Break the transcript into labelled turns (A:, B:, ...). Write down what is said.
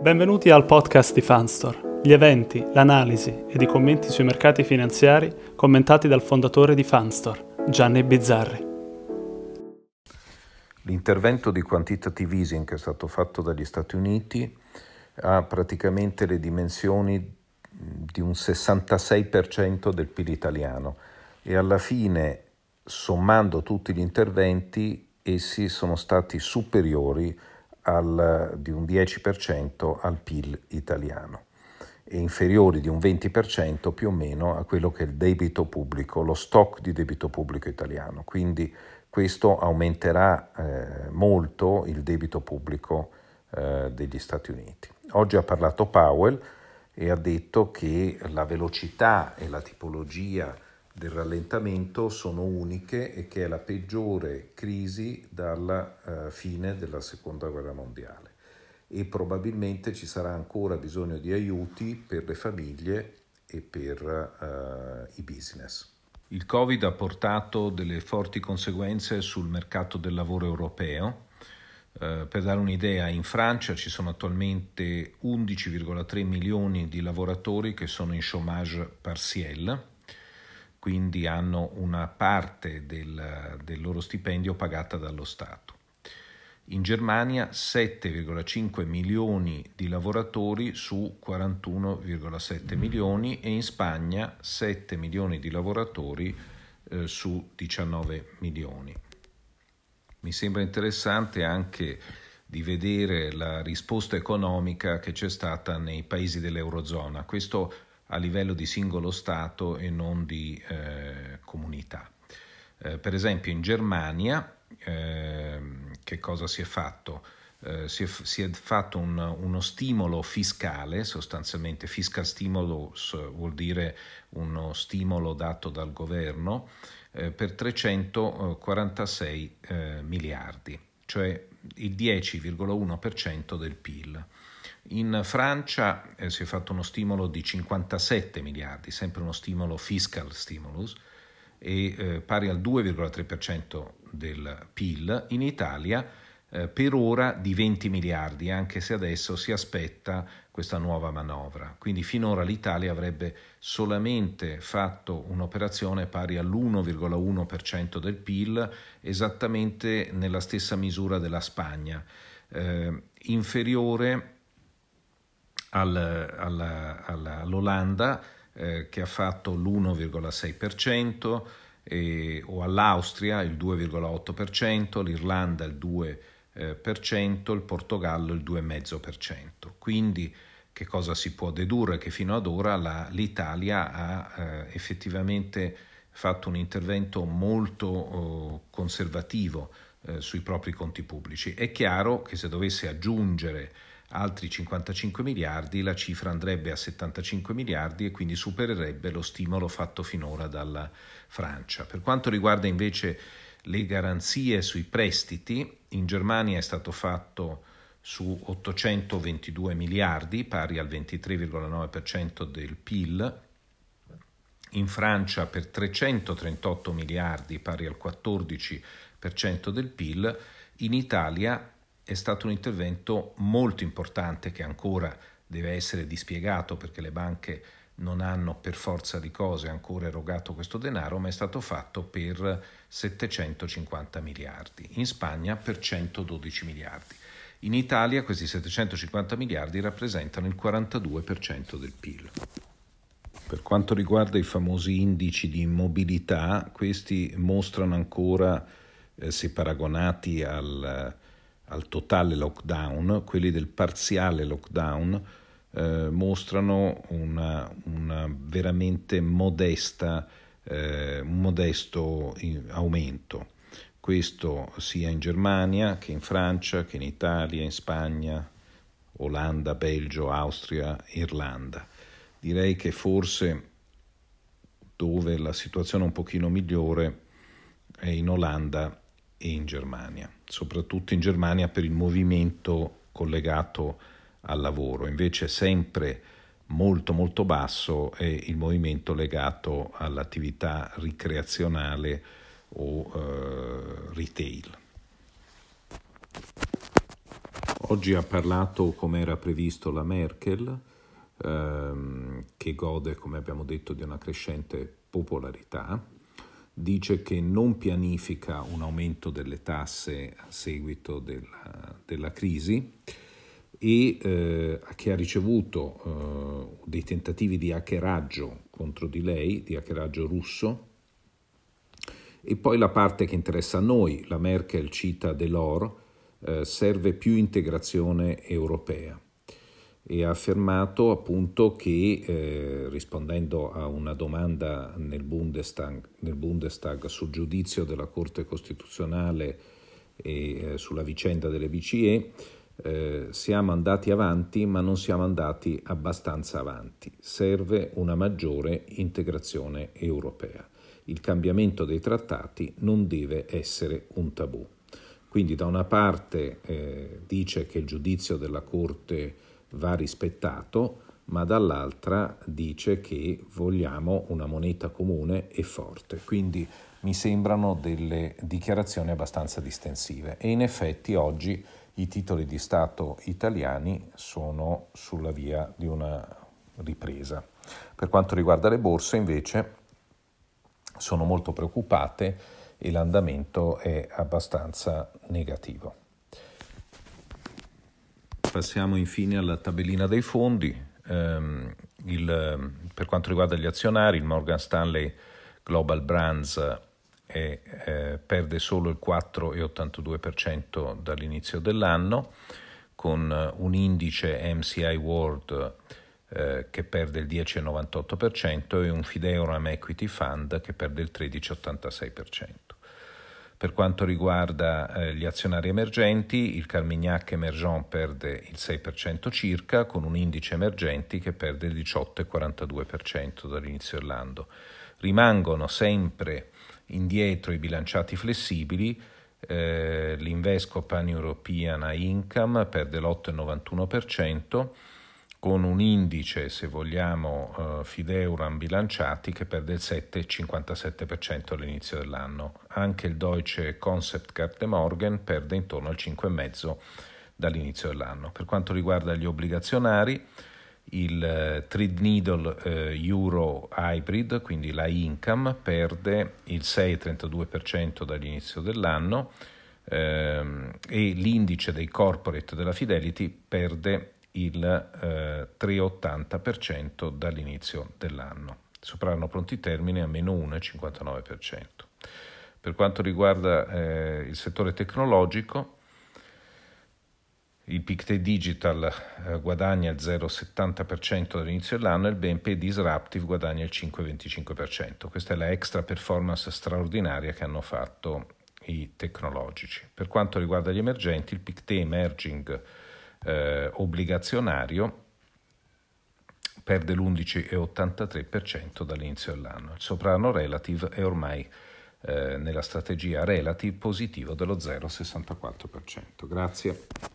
A: Benvenuti al podcast di Fanstore, gli eventi, l'analisi ed i commenti sui mercati finanziari commentati dal fondatore di Fanstore, Gianni Bizzarri.
B: L'intervento di quantitative easing che è stato fatto dagli Stati Uniti ha praticamente le dimensioni di un 66% del PIL italiano e alla fine, sommando tutti gli interventi, essi sono stati superiori di un 10% al PIL italiano e inferiori di un 20% più o meno a quello che è il debito pubblico, lo stock di debito pubblico italiano. Quindi questo aumenterà molto il debito pubblico degli Stati Uniti. Oggi ha parlato Powell e ha detto che la velocità e la tipologia del rallentamento sono uniche e che è la peggiore crisi dalla fine della Seconda Guerra Mondiale e probabilmente ci sarà ancora bisogno di aiuti per le famiglie e per i business. Il Covid ha portato delle forti conseguenze sul mercato del lavoro europeo. Per dare un'idea, in Francia ci sono attualmente 11,3 milioni di lavoratori che sono in chômage partiel, quindi hanno una parte del loro stipendio pagata dallo Stato. In Germania 7,5 milioni di lavoratori su 41,7 milioni e in Spagna 7 milioni di lavoratori su 19 milioni. Mi sembra interessante anche di vedere la risposta economica che c'è stata nei paesi dell'Eurozona, questo a livello di singolo Stato e non di comunità. Per esempio in Germania che cosa si è fatto? Si è fatto uno stimolo fiscale, sostanzialmente fiscal stimulus vuol dire uno stimolo dato dal governo per 346 miliardi, cioè il 10,1% del PIL. In Francia si è fatto uno stimolo di 57 miliardi, sempre uno stimolo fiscal stimulus, e pari al 2,3% del PIL. In Italia per ora di 20 miliardi, anche se adesso si aspetta questa nuova manovra. Quindi finora l'Italia avrebbe solamente fatto un'operazione pari all'1,1% del PIL, esattamente nella stessa misura della Spagna, inferiore all'Olanda, che ha fatto l'1,6%, o all'Austria il 2,8%, l'Irlanda il 2%, il Portogallo il 2,5%. Quindi che cosa si può dedurre? Che fino ad ora l'Italia ha effettivamente fatto un intervento molto conservativo sui propri conti pubblici. È chiaro che se dovesse aggiungere altri 55 miliardi, la cifra andrebbe a 75 miliardi e quindi supererebbe lo stimolo fatto finora dalla Francia. Per quanto riguarda invece le garanzie sui prestiti, in Germania è stato fatto su 822 miliardi, pari al 23,9% del PIL, in Francia per 338 miliardi, pari al 14% del PIL, in Italia è stato un intervento molto importante che ancora deve essere dispiegato perché le banche non hanno per forza di cose ancora erogato questo denaro, ma è stato fatto per 750 miliardi, in Spagna per 112 miliardi. In Italia questi 750 miliardi rappresentano il 42% del PIL. Per quanto riguarda i famosi indici di mobilità, questi mostrano ancora, se paragonati al totale lockdown, quelli del parziale lockdown mostrano una veramente modesta, un modesto aumento. Questo sia in Germania che in Francia, che in Italia, in Spagna, Olanda, Belgio, Austria, Irlanda. Direi che forse dove la situazione è un pochino migliore è in Olanda e in Germania, soprattutto in Germania per il movimento collegato al lavoro, invece sempre molto molto basso è il movimento legato all'attività ricreazionale o retail. Oggi ha parlato, come era previsto, la Merkel, che gode, come abbiamo detto, di una crescente popolarità. Dice che non pianifica un aumento delle tasse a seguito della crisi e che ha ricevuto dei tentativi di hackeraggio contro di lei, di hackeraggio russo. E poi la parte che interessa a noi, la Merkel cita Delors, serve più integrazione europea e ha affermato appunto che rispondendo a una domanda nel Bundestag sul giudizio della Corte Costituzionale e sulla vicenda delle BCE, siamo andati avanti ma non siamo andati abbastanza avanti, serve una maggiore integrazione europea. Il cambiamento dei trattati non deve essere un tabù. Quindi da una parte dice che il giudizio della Corte va rispettato, ma dall'altra dice che vogliamo una moneta comune e forte. Quindi mi sembrano delle dichiarazioni abbastanza distensive e in effetti oggi i titoli di Stato italiani sono sulla via di una ripresa. Per quanto riguarda le borse invece sono molto preoccupate e l'andamento è abbastanza negativo. Passiamo infine alla tabellina dei fondi. Per quanto riguarda gli azionari, il Morgan Stanley Global Brands perde solo il 4,82% dall'inizio dell'anno, con un indice MSCI World che perde il 10,98% e un Fideuram Equity Fund che perde il 13,86%. Per quanto riguarda gli azionari emergenti, il Carmignac Emergent perde il 6% circa, con un indice emergenti che perde il 18,42% dall'inizio dell'anno. Rimangono sempre indietro i bilanciati flessibili, l'Invesco Pan European Income perde l'8,91%, con un indice, se vogliamo, Fideuram bilanciati che perde il 7,57% all'inizio dell'anno. Anche il Deutsche Concept de Morgan perde intorno al 5,5% dall'inizio dell'anno. Per quanto riguarda gli obbligazionari, il Threadneedle Euro Hybrid, quindi la Income, perde il 6,32% dall'inizio dell'anno e l'indice dei corporate della Fidelity perde il 3,80% dall'inizio dell'anno. Superano pronti termine a meno 1,59%. Per quanto riguarda il settore tecnologico, il Pictet Digital guadagna il 0,70% dall'inizio dell'anno e il BNP Disruptive guadagna il 5,25%. Questa è la extra performance straordinaria che hanno fatto i tecnologici. Per quanto riguarda gli emergenti, il Pictet Emerging obbligazionario perde l'11,83% dall'inizio dell'anno. Il soprano relative è ormai nella strategia relative positivo dello 0,64%. Grazie.